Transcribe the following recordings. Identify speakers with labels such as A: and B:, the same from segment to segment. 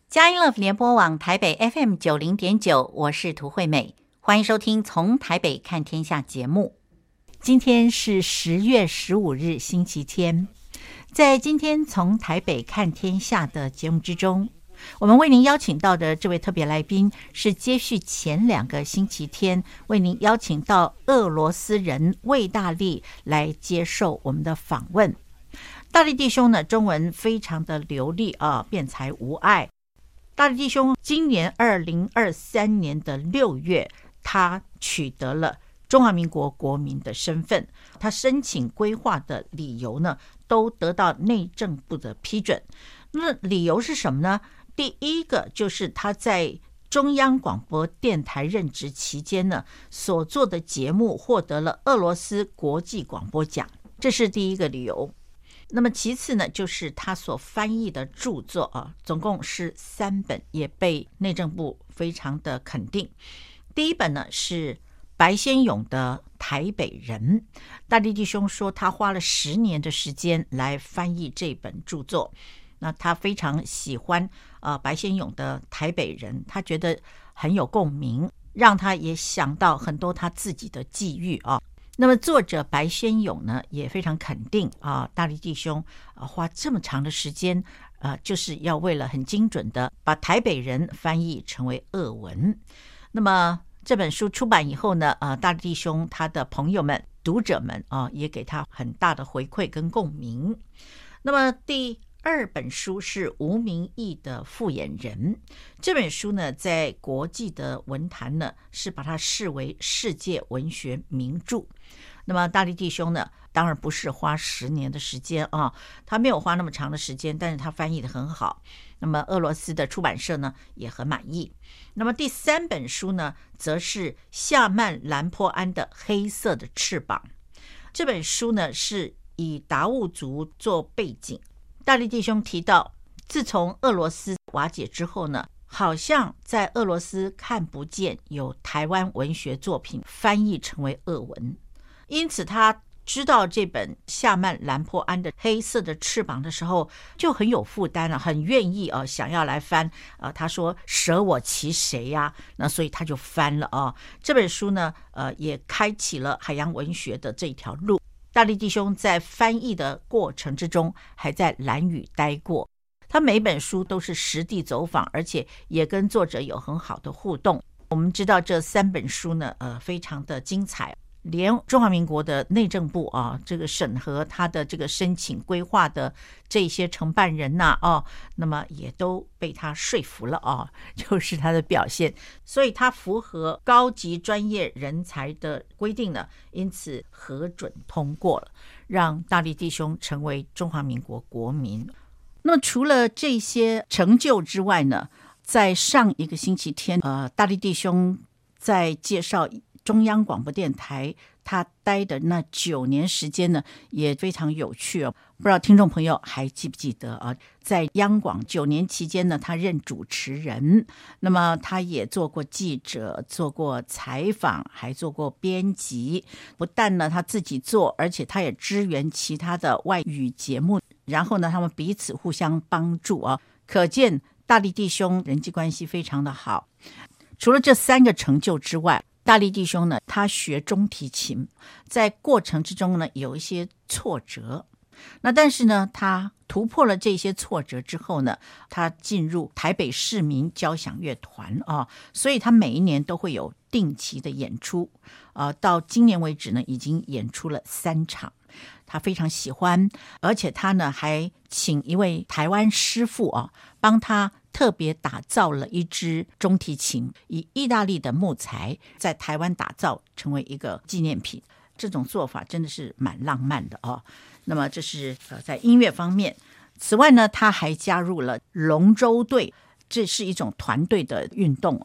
A: 佳音 Love 联播网台北 FM90.9， 我是涂惠美，欢迎收听从台北看天下节目。今天是10月15日星期天，在今天从台北看天下的节目之中，我们为您邀请到的这位特别来宾是接续前2个星期天为您邀请到俄罗斯人魏大力来接受我们的访问。大力弟兄呢，中文非常的流利啊，辩才无碍。大力弟兄今年2023年的6月，他取得了中华民国国民的身份。他申请归化的理由呢，都得到内政部的批准。那理由是什么呢？第一个就是他在中央广播电台任职期间呢，所做的节目获得了俄罗斯国际广播奖，这是第一个理由。那么其次呢，就是他所翻译的著作啊，总共是3本，也被内政部非常的肯定。第一本呢是白先勇的《台北人》，大力弟兄说他花了10年的时间来翻译这本著作。那他非常喜欢白先勇的《台北人》，他觉得很有共鸣，让他也想到很多他自己的际遇啊。那么作者白先勇呢，也非常肯定大力弟兄花这么长的时间就是要为了很精准的把《台北人》翻译成为俄文。那么这本书出版以后呢，大力弟兄他的朋友们、读者们也给他很大的回馈跟共鸣。那么第2本书是吴明益的《复眼人》，这本书呢，在国际的文坛呢，是把它视为世界文学名著。那么大力弟兄呢，当然不是花10年的时间他没有花那么长的时间，但是他翻译得很好。那么俄罗斯的出版社呢，也很满意。那么第3本书呢，则是夏曼兰坡安的《黑色的翅膀》。这本书呢，是以达悟族做背景。大力弟兄提到，自从俄罗斯瓦解之后呢，好像在俄罗斯看不见有台湾文学作品翻译成为俄文，因此他知道这本夏曼兰坡安的《黑色的翅膀》的时候，就很有负担了，很愿意想要来翻他说舍我其谁呀，那所以他就翻了这本书呢也开启了海洋文学的这条路。大力弟兄在翻译的过程之中，还在兰屿待过。他每本书都是实地走访，而且也跟作者有很好的互动。我们知道这3本书呢，非常的精彩。连中华民国的内政部这个审核他的这个申请规划的这些承办人那么也都被他说服了就是他的表现，所以他符合高级专业人才的规定呢，因此核准通过了，让大力弟兄成为中华民国国民。那么除了这些成就之外呢，在上一个星期天大力弟兄在介绍中央广播电台他待的那9年时间呢，也非常有趣不知道听众朋友还记不记得在央广9年期间呢，他任主持人，那么他也做过记者，做过采访，还做过编辑。不但呢他自己做，而且他也支援其他的外语节目，然后呢他们彼此互相帮助可见大力弟兄人际关系非常的好。除了这3个成就之外，大力弟兄呢，他学中提琴，在过程之中呢有一些挫折，那但是呢他突破了这些挫折之后呢，他进入台北市民交响乐团所以他每一年都会有定期的演出到今年为止呢，已经演出了3场。他非常喜欢，而且他呢还请一位台湾师傅帮他特别打造了一支中提琴，以意大利的木材在台湾打造，成为一个纪念品。这种做法真的是蛮浪漫的那么这是在音乐方面。此外呢，他还加入了龙舟队，这是一种团队的运动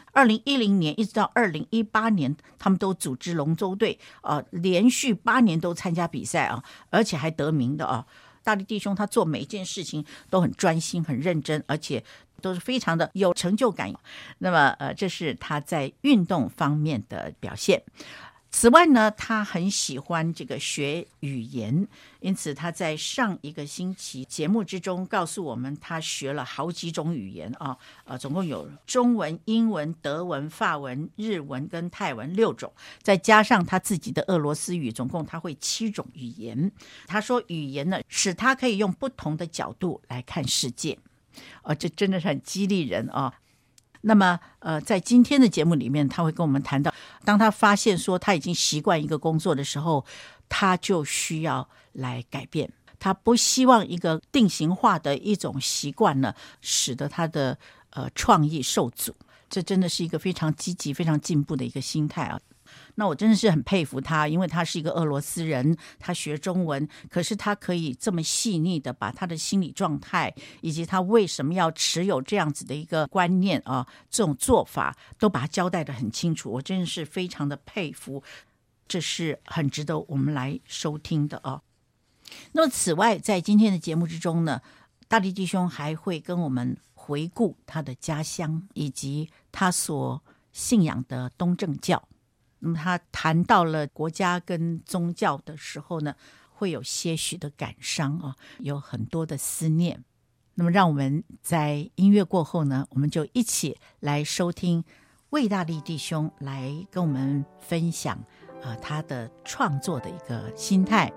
A: 2010年一直到2018年，他们都组织龙舟队连续8年都参加比赛而且还得名的大力弟兄他做每一件事情都很专心、很认真，而且都是非常的有成就感。那么这是他在运动方面的表现。 此外呢，他很喜欢这个学语言，因此他在上一个星期节目之中告诉我们，他学了好几种语言啊，总共有中文、英文、德文、法文、日文跟泰文6种，再加上他自己的俄罗斯语，总共他会7种语言。他说语言呢，使他可以用不同的角度来看世界，这真的是很激励人啊。那么在今天的节目里面，他会跟我们谈到，当他发现说他已经习惯一个工作的时候，他就需要来改变，他不希望一个定型化的一种习惯呢，使得他的创意受阻。这真的是一个非常积极非常进步的一个心态啊。那我真的是很佩服他，因为他是一个俄罗斯人，他学中文，可是他可以这么细腻的把他的心理状态以及他为什么要持有这样子的一个观念啊，这种做法都把它交代得很清楚，我真的是非常的佩服，这是很值得我们来收听的啊。那么此外，在今天的节目之中呢，大力弟兄还会跟我们回顾他的家乡以及他所信仰的东正教。那么他谈到了国家跟宗教的时候呢，会有些许的感伤啊，有很多的思念。那么让我们在音乐过后呢，我们就一起来收听魏大力弟兄来跟我们分享他的创作的一个心态。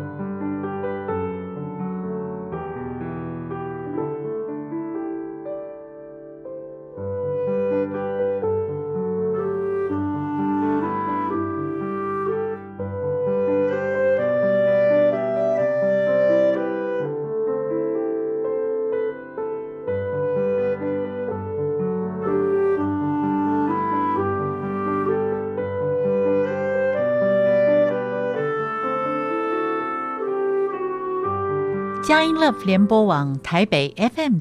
A: 佳音 Love 联播网台北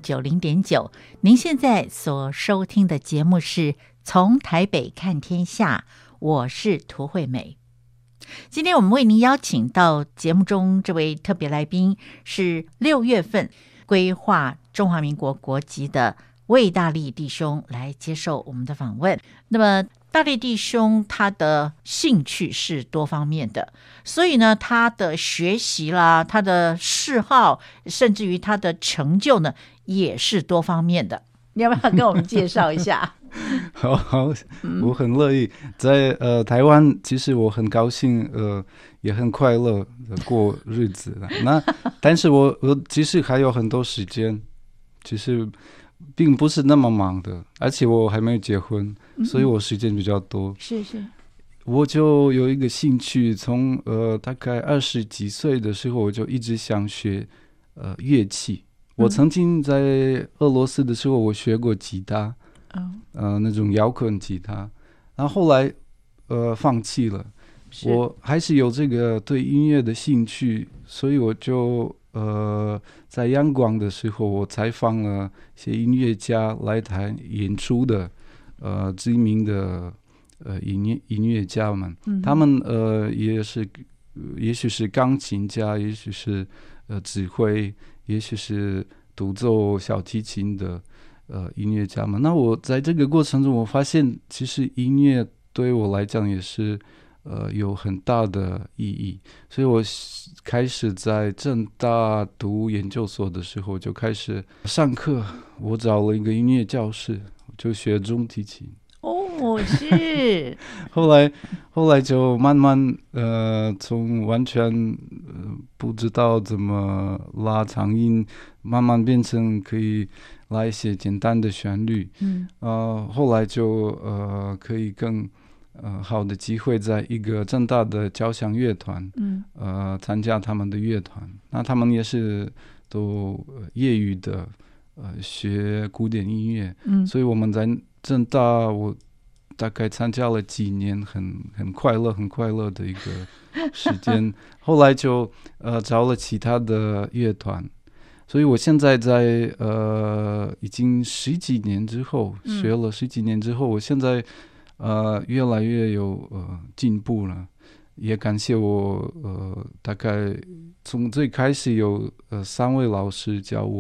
A: FM90.9， 您现在所收听的节目是从台北看天下，我是涂惠美。今天我们为您邀请到节目中这位特别来宾是6月份规划中华民国国籍的魏大力弟兄来接受我们的访问。那么大力弟兄他的兴趣是多方面的，所以呢，他的学习啦，他的嗜好，甚至于他的成就呢，也是多方面的。你要不要跟我们介绍一下？
B: 好，我很乐意在台湾，其实我很高兴，也很快乐的过日子了。那但是我其实还有很多时间，其实并不是那么忙的，而且我还没有结婚，所以我时间比较多。
A: 是，
B: 我就有一个兴趣，从大概20几岁的时候，我就一直想学乐器。我曾经在俄罗斯的时候，我学过吉他，那种摇滚吉他，然后后来放弃了。我还是有这个对音乐的兴趣，所以我就在央广的时候，我采访了一些音乐家来台演出的知名的音乐家们，他们也许是钢琴家，也许是指挥，也许是独奏小提琴的音乐家们。那我在这个过程中，我发现其实音乐对我来讲也是有很大的意义，所以我开始在政大读研究所的时候就开始上课，我找了一个音乐教室，就学中提琴。
A: 是
B: 后来就慢慢从完全不知道怎么拉长音，慢慢变成可以拉一些简单的旋律。后来就可以更好的机会在一个政大的交响乐团参加他们的乐团。那他们也是都业余的学古典音乐，所以我们在政大我大概参加了几年，很快乐的一个时间。后来就找了其他的乐团，所以我现在在已经10几年之后，学了10几年之后，我现在越来越有进步了。也感谢我大概从最开始有3位老师教我的，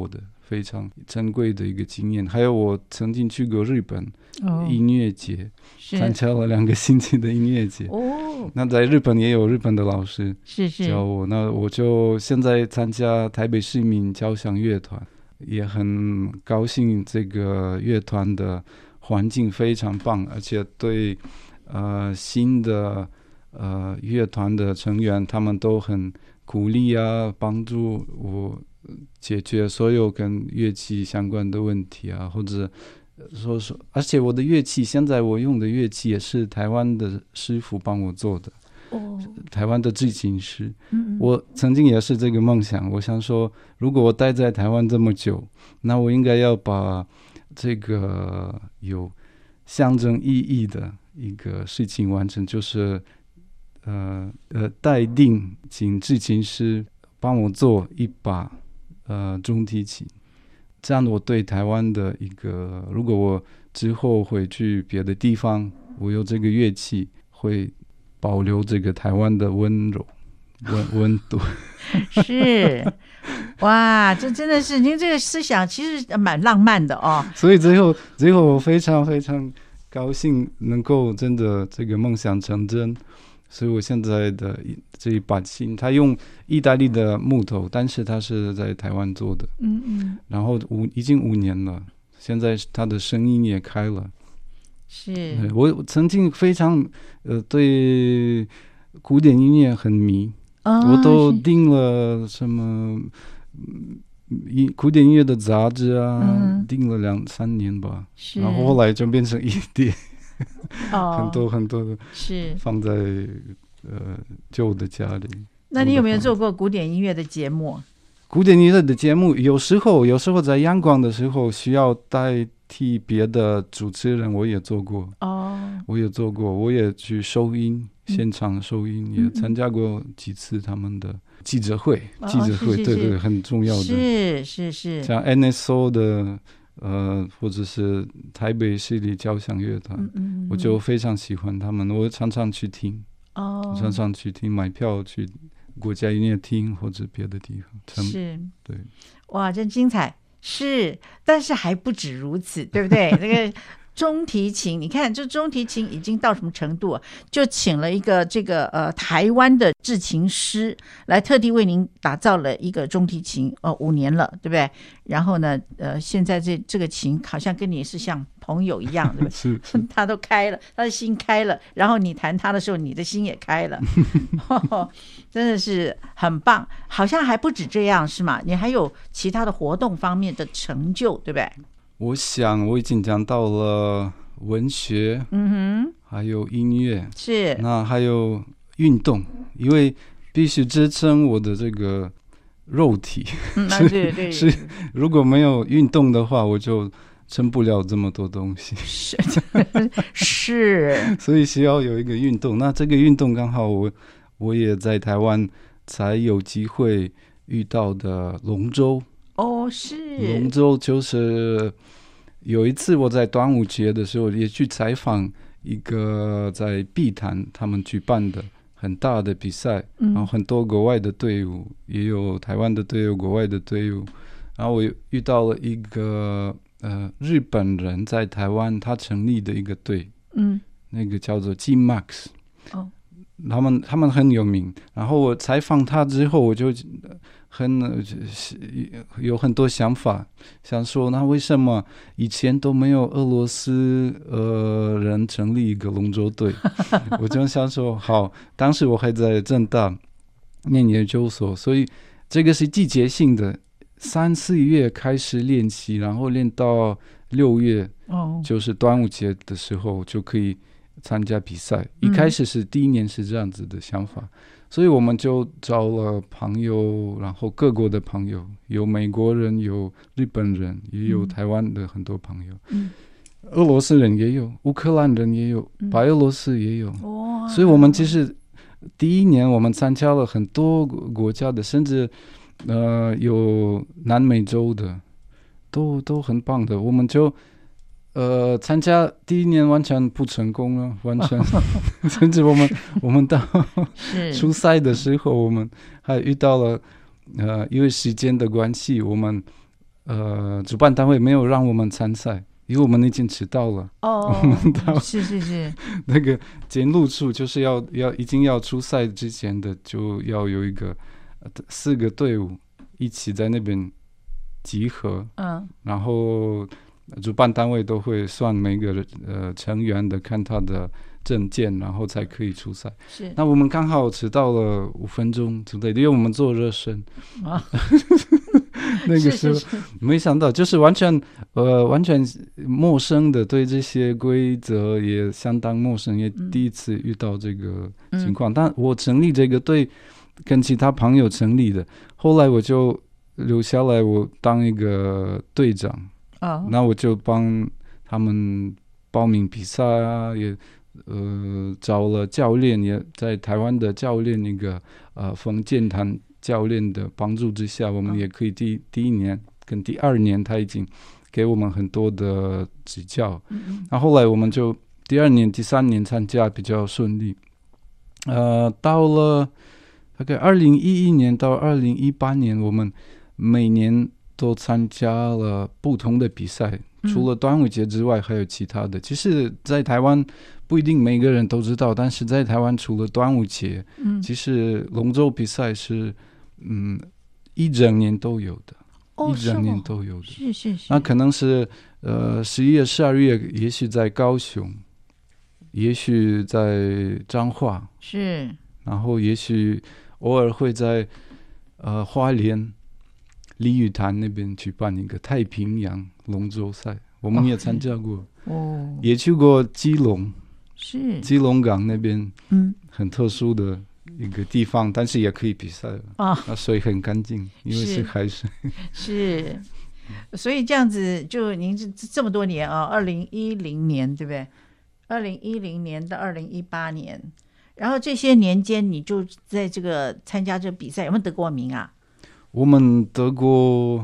B: 非常珍贵的一个经验。还有我曾经去过日本音乐节，参加了2个星期的音乐节。那在日本也有日本的老师教我，那我就现在参加台北市民交响乐团，也很高兴这个乐团的环境非常棒，而且对新的乐团的成员他们都很鼓励啊，帮助我解决所有跟乐器相关的问题啊，或者说，而且我的乐器现在我用的乐器也是台湾的师傅帮我做的，台湾的制琴师。我曾经也是这个梦想，我想说如果我待在台湾这么久，那我应该要把这个有象征意义的一个事情完成，就是待定请制琴师帮我做一把中提琴，这样我对台湾的一个，如果我之后回去别的地方，我有这个乐器会保留这个台湾的温柔温度。
A: 是，哇，这真的是您这个思想其实蛮浪漫的哦。
B: 所以最后我非常非常高兴能够真的这个梦想成真。所以我现在的这一把琴，它用意大利的木头，但是它是在台湾做的。然后已经5年了，现在它的声音也开了。是，我曾经非常对古典音乐很迷，我都订了什么古典音乐的杂志啊，订了2-3年吧。然后后来就变成一碟。很多很多的是放在旧的家里。
A: 那你有没有做过古典音乐的节目？
B: 古典音乐的节目有时候在央广的时候需要代替别的主持人，我也做过。我也去收音，现场收音，也参加过几次他们的记者会。对，很重要的。是，像 NSO 的或者是台北市立交响乐团，我就非常喜欢他们，我常常去听，买票去国家音乐厅或者别的地方。是，对，
A: 哇，真精彩。是，但是还不止如此，对不对？那个中提琴，你看这中提琴已经到什么程度啊？就请了一个这个台湾的制琴师来特地为您打造了一个中提琴，5年了，对不对？然后呢，现在这个琴好像跟你是像朋友一样，对不对？
B: 是
A: 他都开了，他的心开了，然后你弹他的时候，你的心也开了，真的是很棒。好像还不止这样，是吗？你还有其他的活动方面的成就，对不对？
B: 我想我已经讲到了文学，还有音乐，是，那还有运动，因为必须支撑我的这个肉体。
A: 对，
B: 是，如果没有运动的话，我就撑不了这么多东西。是，所以需要有一个运动。那这个运动刚好我也在台湾才有机会遇到的龙舟。是龙舟，就是有一次我在端午节的时候也去采访一个在碧潭他们举办的很大的比赛，然后很多国外的队伍，也有台湾的队伍，国外的队伍。然后我遇到了一个日本人在台湾他成立的一个队，那个叫做 G-Max，他们很有名。然后我采访他之后，我就有很多想法，想说那为什么以前都没有俄罗斯人成立一个龙舟队？我就想说好，当时我还在政大念研究所，所以这个是季节性的，3-4月开始练习，然后练到6月，就是端午节的时候就可以参加比赛。一开始是第1年是这样子的想法，所以我们就找了朋友，然后各国的朋友，有美国人，有日本人，也有台湾的很多朋友，俄罗斯人也有，乌克兰人也有，白俄罗斯也有。所以我们其实第1年我们参加了很多国家的，甚至有南美洲的，都很棒的。我们就参加第1年完全不成功了，完全甚至我们到初赛的时候，我们还遇到了因为时间的关系，我们主办单位没有让我们参赛，因为我们已经迟到了。
A: 是
B: 那个检录处就是已经要出赛之前的，就要有一个4个队伍一起在那边集合，然后主办单位都会算每个成员的，看他的证件，然后才可以出赛。
A: 是，
B: 那我们刚好迟到了5分钟之类的，因为我们做热身。那个时候没想到，就是完全陌生的，对这些规则也相当陌生，也第一次遇到这个情况。但我成立这个队跟其他朋友成立的，后来我就留下来，我当一个队长。那我就帮他们报名比赛啊，也找了教练，也在台湾的教练那个冯建堂教练的帮助之下，我们也可以第1年跟第2年他已经给我们很多的指教。那后来我们就第2年第3年参加比较顺利。到了大概2011年到2018年，我们每年都参加了不同的比赛，除了端午节之外还有其他的。其实在台湾不一定每个人都知道，但是在台湾除了端午节，其实龙舟比赛是一整年都有的，一整年都有的。
A: 是。
B: 那可能是11月12月也许在高雄，也许在彰化，
A: 是，
B: 然后也许偶尔会在花莲鲤鱼潭那边举办一个太平洋龙舟赛，我们也参加过。也去过基隆，
A: 是
B: 基隆港那边，很特殊的一个地方，但是也可以比赛了。那水很干净，因为是海水。
A: 是，所以这样子，就您这么多年啊，2010年对不对？2010年到2018年，然后这些年间，你就在这个参加这个比赛，有没有得过名啊？
B: 我们得过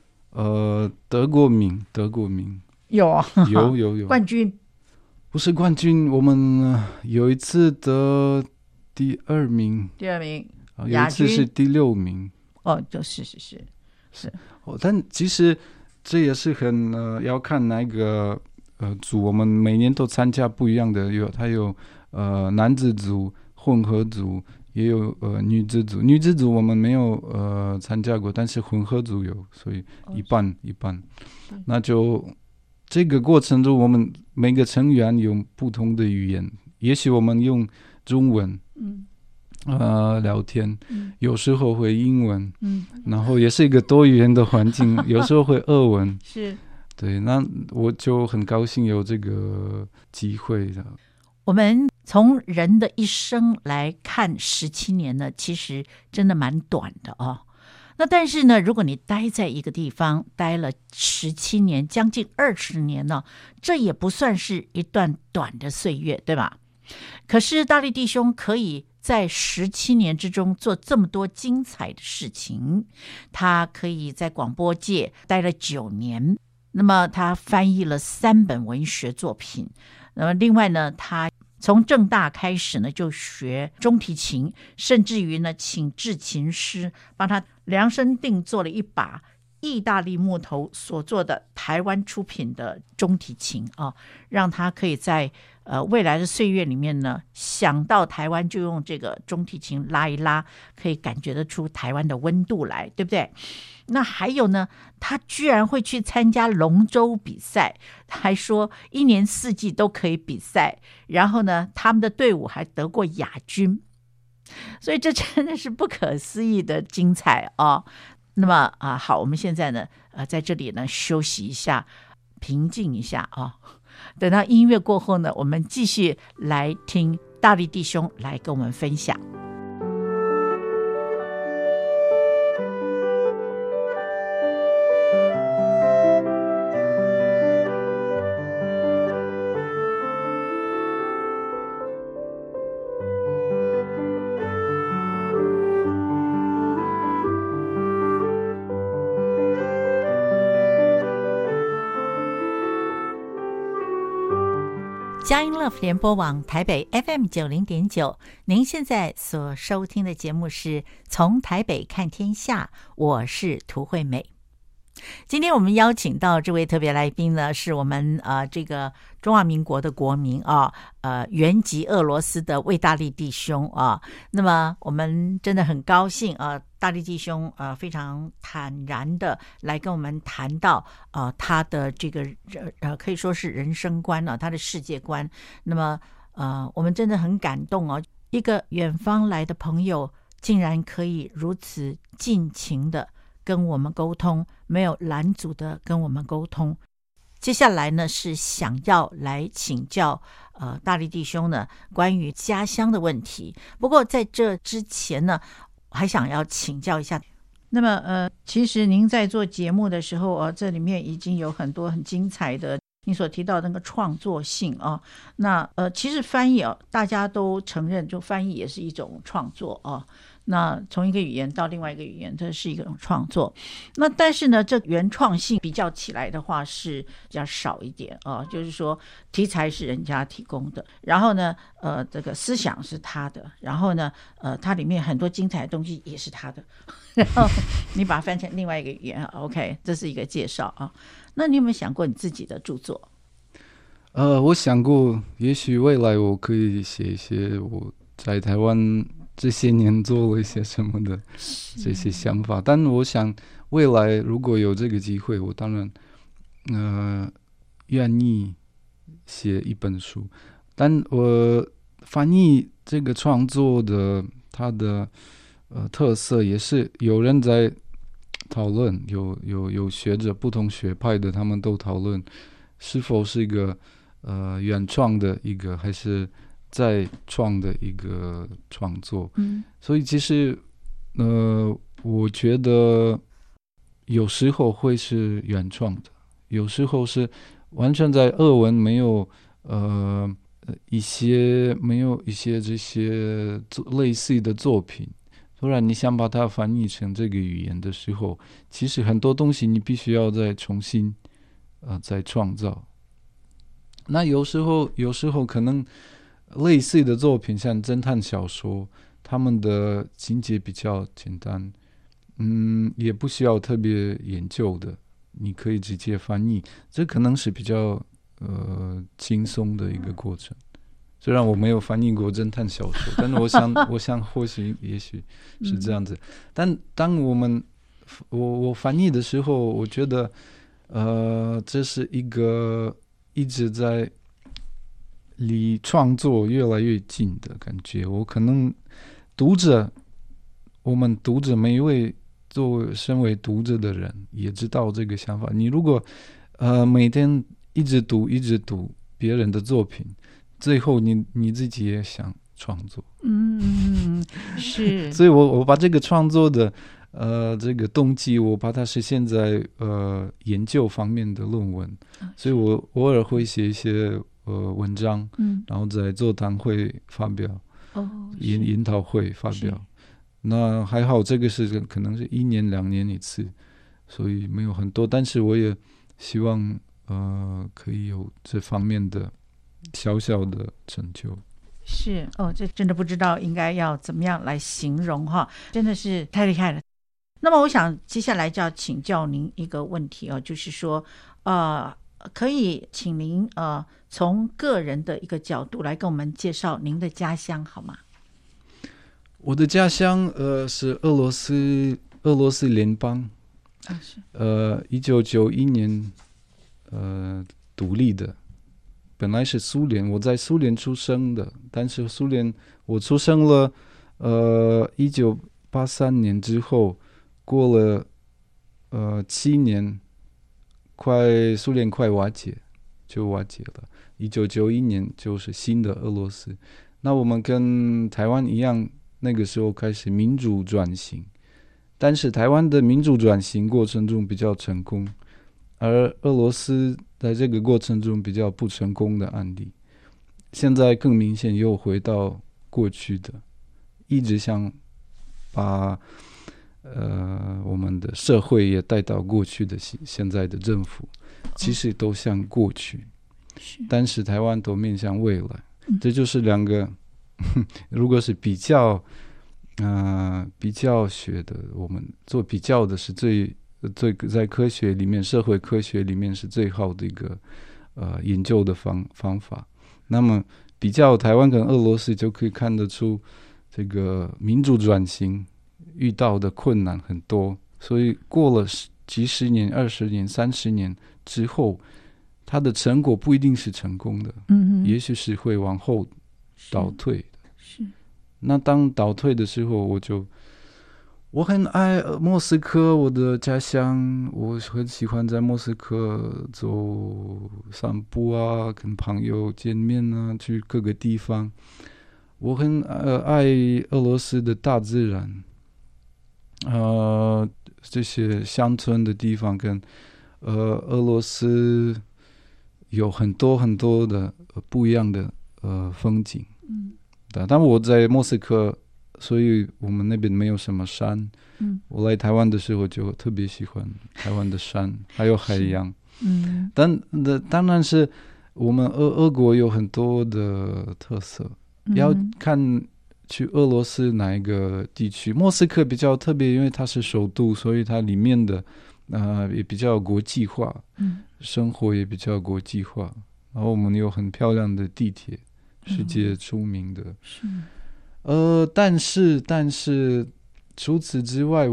B: 名，
A: 有啊，
B: 有
A: 冠军，
B: 不是冠军，我们有一次得第2名，有一次是第6名。
A: 是。
B: 但其实这也是很要看哪个组，我们每年都参加不一样的，它有男子组、混合组。也有女子组，我们没有参加过，但是混合组有，所以一半。那就这个过程中，我们每个成员有不同的语言，也许我们用中文聊天，有时候会英文，然后也是一个多语言的环境，有时候会俄文。
A: 是，
B: 对，那我就很高兴有这个机会的。
A: 我们从人的一生来看，17年呢，其实真的蛮短的哦。那但是呢，如果你待在一个地方待了17年，将近20年呢，这也不算是一段短的岁月，对吧？可是大力弟兄可以在17年之中做这么多精彩的事情，他可以在广播界待了9年，那么他翻译了3本文学作品。那么另外呢，他从政大开始呢就学中提琴，甚至于呢请制琴师帮他量身定做了一把意大利木头所做的台湾出品的中提琴啊，让他可以在未来的岁月里面呢，想到台湾就用这个中提琴拉一拉，可以感觉得出台湾的温度来，对不对？那还有呢，他居然会去参加龙舟比赛，他还说1年4季都可以比赛，然后呢，他们的队伍还得过亚军，所以这真的是不可思议的精彩哦。那么好，我们现在呢，在这里呢休息一下，平静一下啊。等到音乐过后呢，我们继续来听大力弟兄来跟我们分享。佳音乐联播网台北 FM90.9， 您现在所收听的节目是从台北看天下，我是涂惠美。 今天我们邀请到这位特别来宾呢，是我们这个中华民国的国民啊，原籍俄罗斯的卫大力弟兄啊。那么我们真的很高兴啊，大力弟兄非常坦然的来跟我们谈到他的这个可以说是人生观啊，他的世界观。那么我们真的很感动哦，一个远方来的朋友竟然可以如此尽情的跟我们沟通，没有拦阻的跟我们沟通。接下来呢，是想要来请教大力弟兄呢关于家乡的问题。不过在这之前呢，还想要请教一下。那么其实您在做节目的时候这里面已经有很多很精彩的你所提到的那个创作性啊。那其实翻译大家都承认，就翻译也是一种创作啊。那从一个语言到另外一个语言，这是一种创作。那但是呢，这原创性比较起来的话是比较少一点就是说题材是人家提供的，然后呢这个思想是他的，然后呢它里面很多精彩的东西也是他的，然后你把它翻成另外一个语言OK， 这是一个介绍啊。那你有没有想过你自己的著作？
B: 我想过也许未来我可以写一些我在台湾这些年做了一些什么的这些想法，但我想未来如果有这个机会，我当然愿意写一本书。但我翻译这个创作的它的特色也是有人在讨论，有学者不同学派的他们都讨论是否是一个原创的一个还是再创的一个创作。所以其实我觉得有时候会是原创的，有时候是完全在俄文没有一些这些类似的作品，突然你想把它翻译成这个语言的时候，其实很多东西你必须要再重新再创造。那有时候可能类似的作品像侦探小说，他们的情节比较简单，也不需要特别研究的，你可以直接翻译，这可能是比较轻松的一个过程。虽然我没有翻译过侦探小说，但是我想或许也许是这样子。但当我翻译的时候，我觉得这是一个一直在离创作越来越近的感觉。我可能我们读者每一位身为读者的人也知道这个想法。你如果每天一直读别人的作品，最后你自己也想创作。
A: 是。
B: 所以我把这个创作的这个动机，我把它实现在研究方面的论文。所以我偶尔会写一些文章，然后在座谈会发表，研讨会发表。那还好，这个是可能是1年2年一次，所以没有很多，但是我也希望可以有这方面的小小的成就。
A: 是这真的不知道应该要怎么样来形容哈，真的是太厉害了。那么我想接下来就要请教您一个问题就是说可以请您从个人的一个角度来跟我们介绍您的家乡好吗？
B: 我的家乡是俄罗斯联邦，1991年独立的。本来是苏联，我在苏联出生的，但是我出生了1983年之后，过了7年，苏联快瓦解了。1991年就是新的俄罗斯。那我们跟台湾一样，那个时候开始民主转型，但是台湾的民主转型过程中比较成功，而俄罗斯在这个过程中比较不成功的案例，现在更明显又回到过去的，一直想把我们的社会也带到过去的现在的政府，其实都向过去，但是台湾都面向未来。这就是两个如果是比较学的，我们做比较的是最在科学里面，社会科学里面是最好的一个研究的方法。那么比较台湾跟俄罗斯，就可以看得出这个民主转型遇到的困难很多，所以过了几十年、20年、30年之后，它的成果不一定是成功的，也许是会往后倒退的。
A: 是。
B: 那当倒退的时候，我很爱莫斯科，我的家乡，我很喜欢在莫斯科走散步啊，跟朋友见面啊，去各个地方。我很爱俄罗斯的大自然，这些乡村的地方跟俄罗斯有很多很多的不一样的风景。但我在莫斯科，所以我们那边没有什么山。我来台湾的时候就特别喜欢台湾的山，还有海洋。当然是我们俄国有很多的特色，要看去俄罗斯哪一个地区。莫斯科比较特别，因为它是首都，所以它里面的也比较国际化，生活也比较国际化。然后我们有很漂亮的地铁，世界出名的。但是除此之外，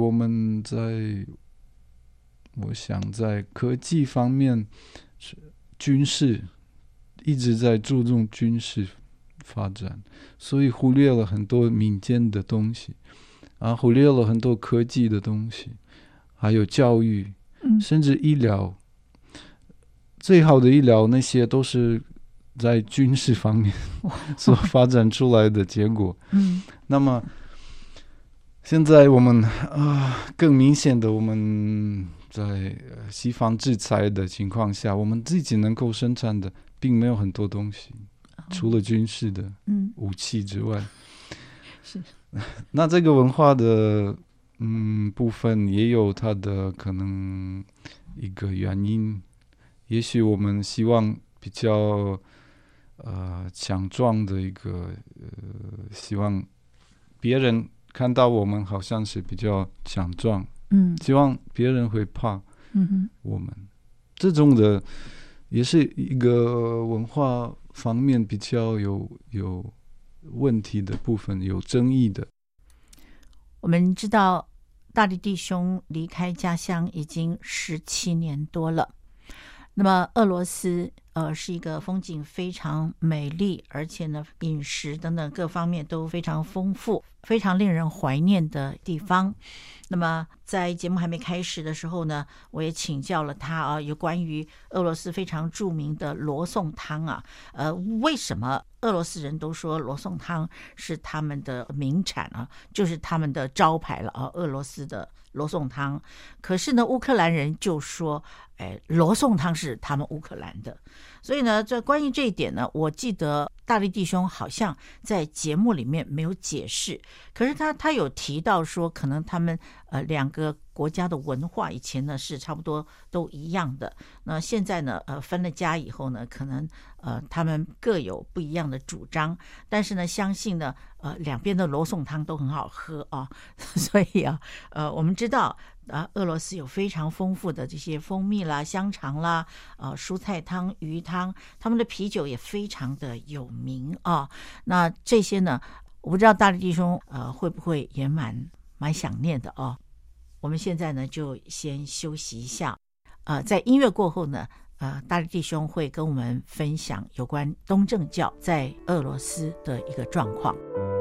B: 我想在科技方面，军事一直在注重军事发展，所以忽略了很多民间的东西，忽略了很多科技的东西，还有教育，甚至医疗。最好的医疗那些都是在军事方面所发展出来的结果。那么现在我们更明显的，我们在西方制裁的情况下，我们自己能够生产的并没有很多东西，除了军事的武器之外。是。那这个文化的部分也有它的可能一个原因，也许我们希望比较强壮的一个希望别人看到我们好像是比较强壮，希望别人会怕我们，这种的也是一个文化方面比较有问题的部分，有争议的。
A: 我们知道大力弟兄离开家乡已经17年多了，那么俄罗斯是一个风景非常美丽，而且呢饮食等等各方面都非常丰富，非常令人怀念的地方。那么在节目还没开始的时候呢，我也请教了他有关于俄罗斯非常著名的罗宋汤为什么俄罗斯人都说罗宋汤是他们的名产就是他们的招牌了俄罗斯的罗宋汤。可是呢乌克兰人就说罗宋汤是他们乌克兰的。所以呢关于这一点呢，我记得大力弟兄好像在节目里面没有解释，可是他有提到说可能他们两个国家的文化以前呢是差不多都一样的，那现在呢分了家以后呢，可能他们各有不一样的主张，但是呢相信呢两边的罗宋汤都很好喝所以我们知道俄罗斯有非常丰富的这些蜂蜜啦、香肠啦、蔬菜汤、鱼汤，他们的啤酒也非常的有名那这些呢，我不知道大力弟兄会不会也蛮想念的我们现在呢就先休息一下，在音乐过后呢，大力弟兄会跟我们分享有关东正教在俄罗斯的一个状况。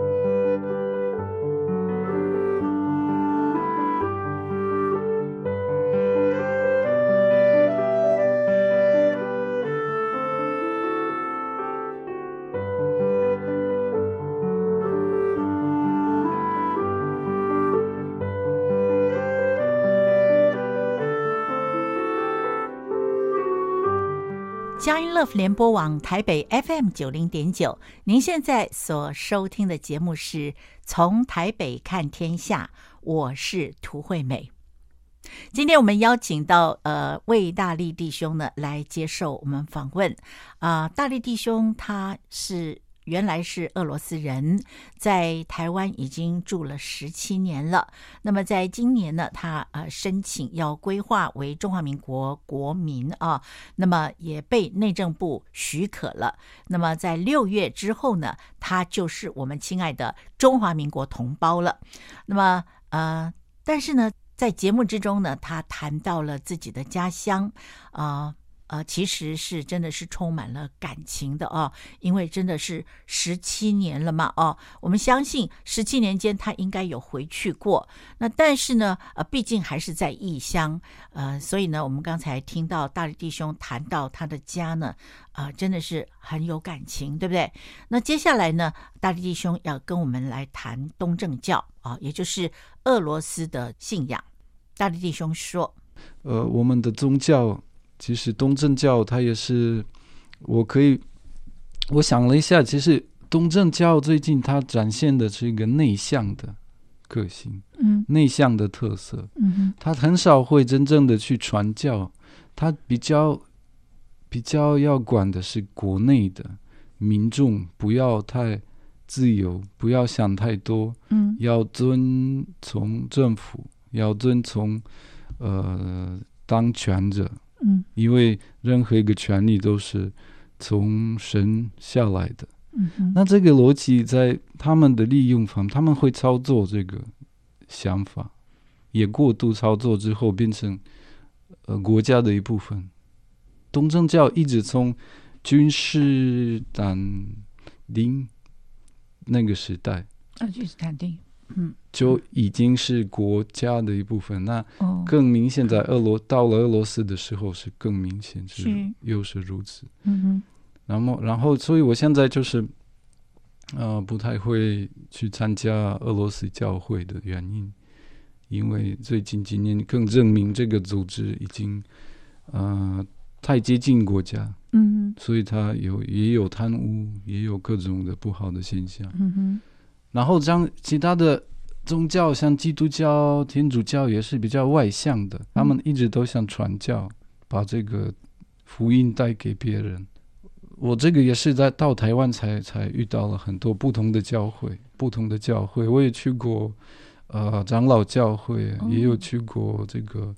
A: 佳音乐福联播网台北 FM90.9， 您现在所收听的节目是从台北看天下，我是涂惠美。今天我们邀请到魏大力弟兄呢来接受我们访问大力弟兄他是原来是俄罗斯人，在台湾已经住了17年了。那么在今年呢，他申请要归化为中华民国国民啊，那么也被内政部许可了。那么在6月之后呢，他就是我们亲爱的中华民国同胞了。那么但是呢，在节目之中呢，他谈到了自己的家乡其实是真的是充满了感情的因为真的是17年了嘛我们相信17年间他应该有回去过，那但是呢毕竟还是在异乡所以呢我们刚才听到大力弟兄谈到他的家呢真的是很有感情，对不对？那接下来呢，大力弟兄要跟我们来谈东正教也就是俄罗斯的信仰。大力弟兄说
B: 我们的宗教其实东正教它也是，我想了一下，其实东正教最近它展现的是一个内向的个性，内向的特色，它很少会真正的去传教，它比较要管的是国内的民众不要太自由，不要想太多，要遵从政府，要遵从当权者。因为任何一个权利都是从神下来的，那这个逻辑在他们的利用方，他们会操作这个想法，也过度操作之后变成国家的一部分。东正教一直从君士坦丁那个时代，
A: 君士坦丁
B: 就已经是国家的一部分。那更明显在到了俄罗斯的时候是更明显，又是如此。然后所以我现在就是不太会去参加俄罗斯教会的原因，因为最近几年更证明这个组织已经太接近国家，所以它也有贪污，也有各种的不好的现象。然后像其他的宗教，像基督教、天主教也是比较外向的，他们一直都想传教，把这个福音带给别人。我这个也是到台湾才遇到了很多不同的教会，我也去过长老教会，也有去过这个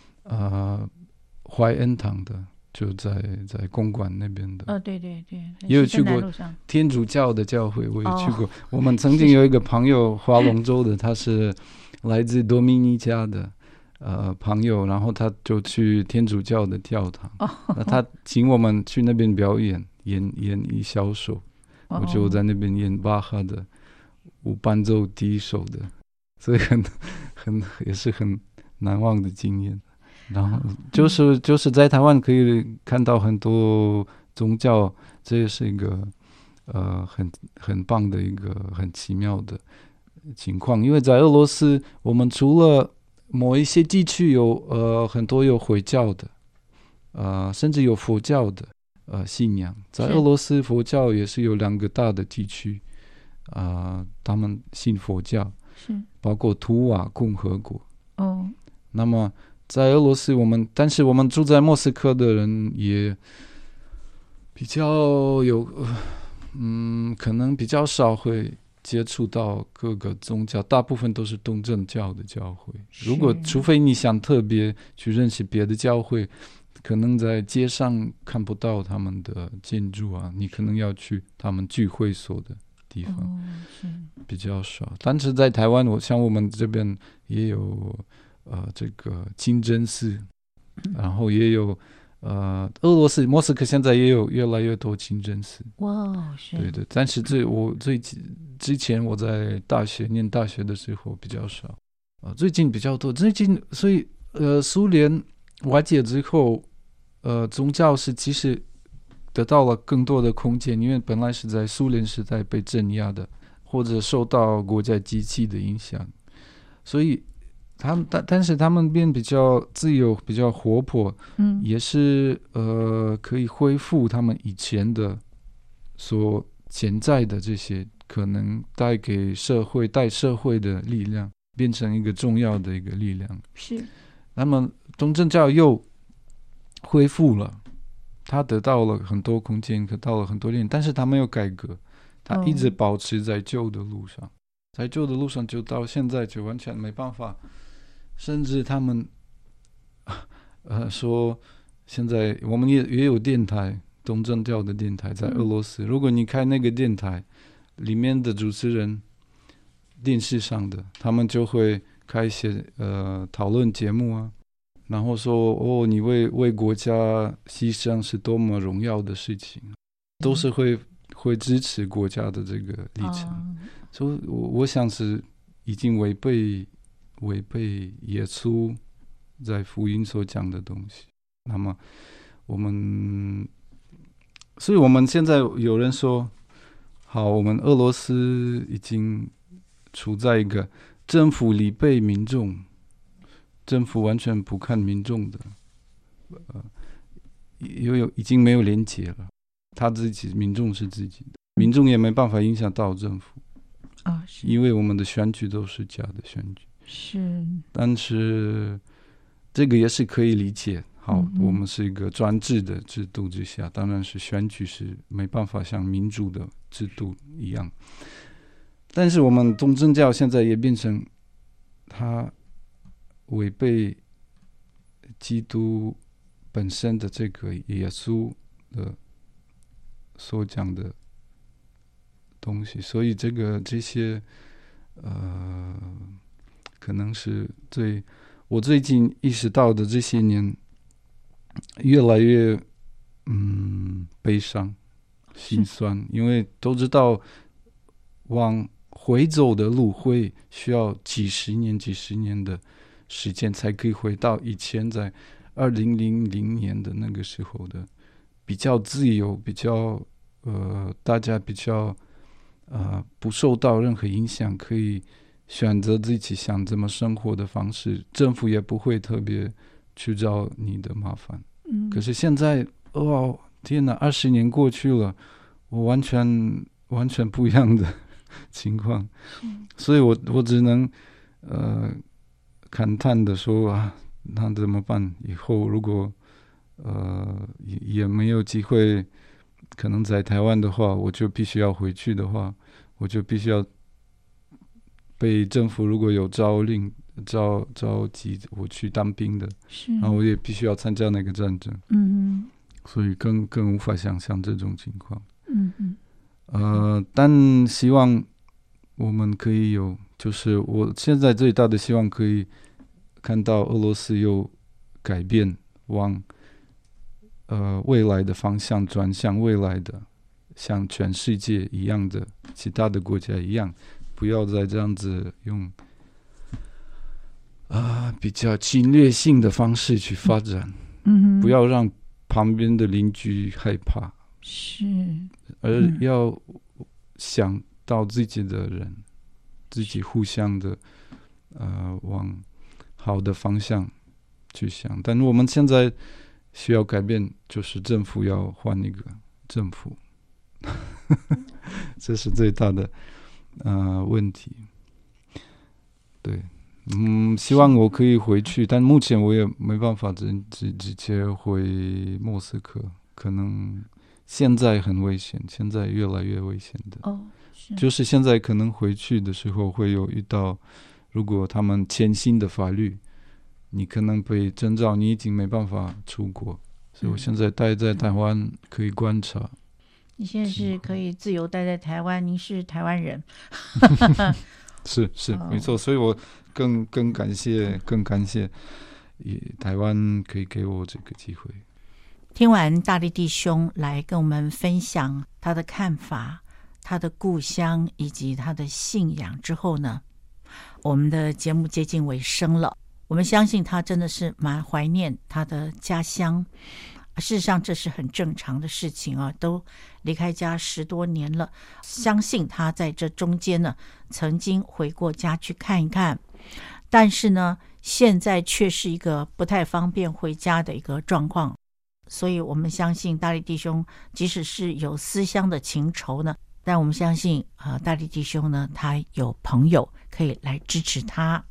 B: 怀恩堂的，就在公馆那边的。
A: 对，
B: 也有去过天主教的教会，我也去过。我们曾经有一个朋友，划龙舟的，他是来自多米尼加的朋友，然后他就去天主教的教堂，那他请我们去那边表演一小首，我就在那边演巴哈的无伴奏第一首的，所以也是很难忘的经验。然后就是在台湾可以看到很多宗教，这也是一个很棒的一个很奇妙的情况。因为在俄罗斯，我们除了某一些地区有很多有回教的，甚至有佛教的信仰，在俄罗斯佛教也是有2个大的地区，他们信佛教，包括图瓦共和国。那么在俄罗斯但是我们住在莫斯科的人也比较有可能比较少会接触到各个宗教，大部分都是东正教的教会。除非你想特别去认识别的教会，可能在街上看不到他们的建筑啊，你可能要去他们聚会所的地方，比较少。但是在台湾，像我们这边也有这个清真寺，然后也有俄罗斯莫斯科现在也有越来越多清真寺。对，但是之前我在念大学的时候比较少，最近比较多。所以苏联瓦解之后，宗教是其实得到了更多的空间，因为本来是在苏联时代被镇压的，或者受到国家机器的影响，所以但是他们变比较自由，比较活泼，也是可以恢复他们以前的所潜在的这些可能带社会的力量，变成一个重要的一个力量。
A: 是，
B: 那么东正教又恢复了，他得到了很多空间，得到了很多力量，但是他没有改革， 他一直保持在旧的路上，在旧的路上就到现在就完全没办法，甚至他们说现在我们也有电台，东正教的电台在俄罗斯，如果你开那个电台里面的主持人，电视上的他们就会开一些讨论节目啊，然后说你为国家牺牲是多么荣耀的事情，都是会支持国家的这个立场，所以我想是已经违背耶稣在福音所讲的东西。那么所以我们现在有人说，好，我们俄罗斯已经处在一个政府离背民众，政府完全不看民众的，已经没有连结了。他自己民众是自己的，民众也没办法影响到政府因为我们的选举都是假的选举。
A: 是，
B: 但是这个也是可以理解。好，我们是一个专制的制度之下，当然是选举是没办法像民主的制度一样。但是我们东正教现在也变成它违背基督本身的这个耶稣的所讲的东西，所以这些可能是我最近意识到的这些年越来越悲伤心酸，因为都知道往回走的路会需要几十年的时间才可以回到以前在2000年的那个时候的比较自由，比较大家比较不受到任何影响，可以选择自己想怎么生活的方式，政府也不会特别去找你的麻烦。可是现在天哪，20年过去了，我完全不一样的情况，所以我只能感叹的说那怎么办？以后如果也没有机会可能在台湾的话，我就必须要回去的话，我就必须要被政府如果有召集我去当兵的，然后我也必须要参加那个战争。所以更无法想象这种情况。但希望我们可以有，就是我现在最大的希望可以看到俄罗斯有改变，往未来的方向转向未来的，像全世界一样的其他的国家一样，不要再这样子用比较侵略性的方式去发展，不要让旁边的邻居害怕，而要想到自己的人，自己互相的往好的方向去想。但我们现在需要改变，就是政府要换一个政府这是最大的问题。对，希望我可以回去，但目前我也没办法直接回莫斯科，可能现在很危险，现在越来越危险的。就是现在可能回去的时候会有遇到，如果他们签新的法律，你可能被征召，你已经没办法出国，所以我现在待在台湾可以观察。
A: 你现在是可以自由待在台湾，您是台湾人
B: 是没错，所以我更感谢台湾可以给我这个机会。
A: 听完大力弟兄来跟我们分享他的看法，他的故乡以及他的信仰之后呢，我们的节目接近尾声了。我们相信他真的是蛮怀念他的家乡，事实上这是很正常的事情都离开家10多年了，相信他在这中间呢曾经回过家去看一看，但是呢现在却是一个不太方便回家的一个状况。所以我们相信大力弟兄即使是有思乡的情仇呢，但我们相信大力弟兄呢他有朋友可以来支持他。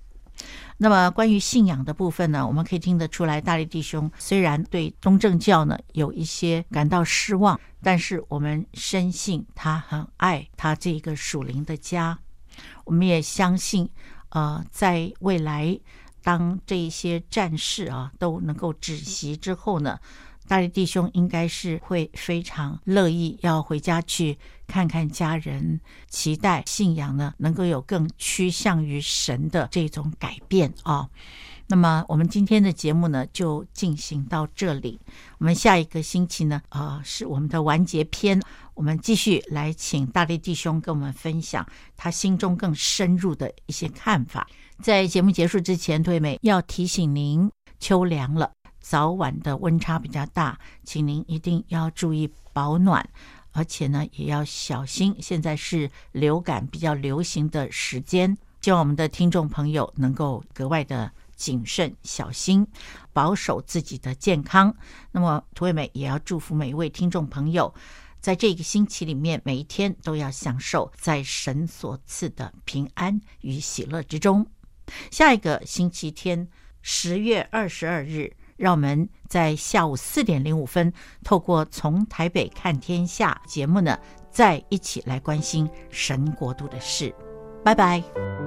A: 那么关于信仰的部分呢，我们可以听得出来，大力弟兄虽然对东正教呢有一些感到失望，但是我们深信他很爱他这个属灵的家。我们也相信在未来当这些战事都能够止息之后呢，大力弟兄应该是会非常乐意要回家去看看家人，期待信仰呢能够有更趋向于神的这种改变那么我们今天的节目呢就进行到这里，我们下一个星期呢是我们的完结篇，我们继续来请大力弟兄跟我们分享他心中更深入的一些看法。在节目结束之前，对美要提醒您，秋凉了，早晚的温差比较大，请您一定要注意保暖，而且呢也要小心，现在是流感比较流行的时间，希望我们的听众朋友能够格外的谨慎小心，保守自己的健康。那么涂惠美也要祝福每一位听众朋友，在这个星期里面，每一天都要享受在神所赐的平安与喜乐之中。下一个星期天10月22日，让我们在下午4点05分透过从台北看天下节目呢，再一起来关心神国度的事。拜拜。